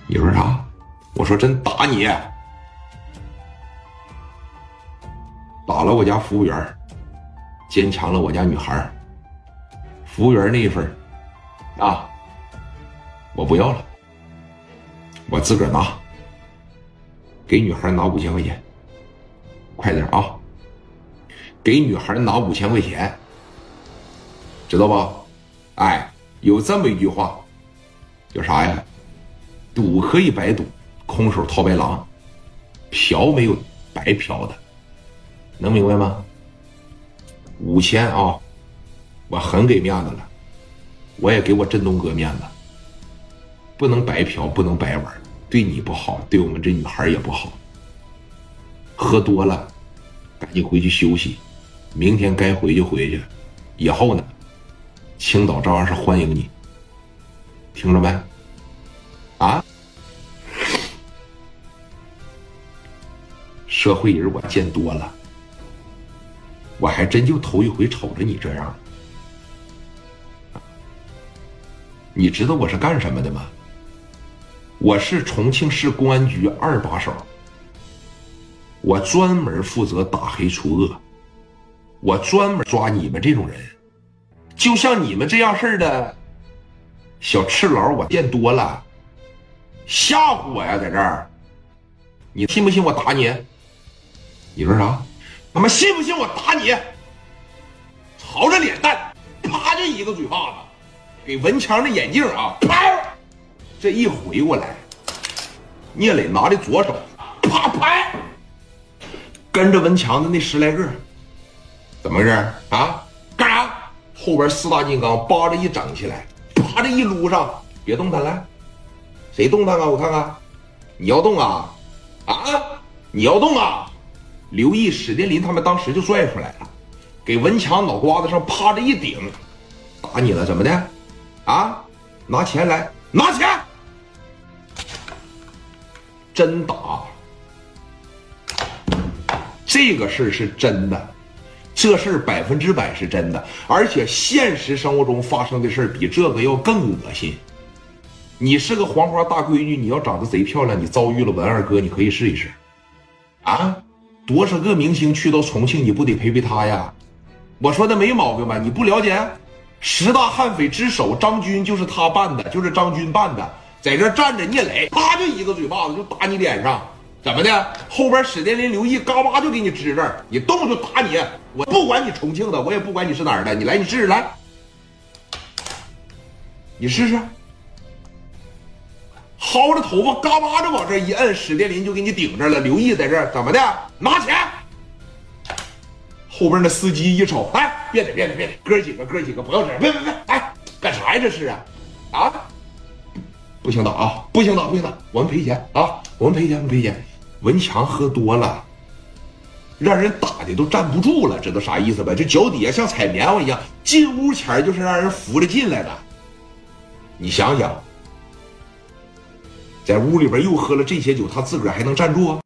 你说啥？我说真打你，打了我家服务员，坚强了我家女孩。服务员那一份啊，我不要了，我自个儿拿，给女孩拿5000块钱，快点啊！给女孩拿5000块钱，知道吧？哎，有这么一句话，叫啥呀？赌可以白赌，空手套白狼，嫖没有白嫖的，能明白吗？5000啊，我很给面子了，我也给我振东哥面子，不能白嫖，不能白玩，对你不好，对我们这女孩也不好。喝多了，赶紧回去休息，明天该回去回去，以后呢，青岛照样是欢迎你，听着没？啊？社会人我见多了，我还真就头一回瞅着你这样。你知道我是干什么的吗？我是重庆市公安局2把手，我专门负责打黑除恶，我专门抓你们这种人，就像你们这样式的小赤佬，我见多了，吓唬我呀，在这儿，你信不信我打你？你说啥？他妈信不信我打你？朝着脸蛋，啪就一个嘴巴子，给文强的眼镜啊，啪，这一回过来，聂磊拿的左手，啪拍，跟着文强的那10来个，怎么回事啊？干啥？后边4大金刚扒着一整起来，啪着一撸上，别动弹了，谁动弹啊？我看看，你要动啊？啊，你要动啊？刘毅、史殿林他们当时就拽出来了，给文强脑瓜子上趴着一顶，打你了，怎么的？啊，拿钱来，拿钱！真打，这个事儿是真的，这事儿100%是真的，而且现实生活中发生的事儿比这个要更恶心。你是个黄花大闺女，你要长得贼漂亮，你遭遇了文二哥，你可以试一试。啊，多少个明星去到重庆，你不得陪陪他呀？我说的没毛病吧？你不了解？10大悍匪之首张军就是他办的，就是张军办的，在这站着，聂磊啪就一个嘴巴子就打你脸上，怎么的？后边史殿林、刘毅嘎巴就给你支这儿，你动就打你，我不管你重庆的，我也不管你是哪儿的，你来，你试试来，你试试。薅着头发嘎巴着往这一摁，史殿林就给你顶着了，刘毅在这儿怎么的？拿钱！后边那司机一瞅，哎，别得，哥几个不要这样，别，哎，干啥呀这是啊？啊，不行打啊，不行打，我们赔钱啊，我们赔钱。文强喝多了，让人打的都站不住了，知道啥意思吧？这脚底下像踩棉花一样，进屋前就是让人扶着进来的。你想想，在屋里边又喝了这些酒，他自个儿还能站住啊？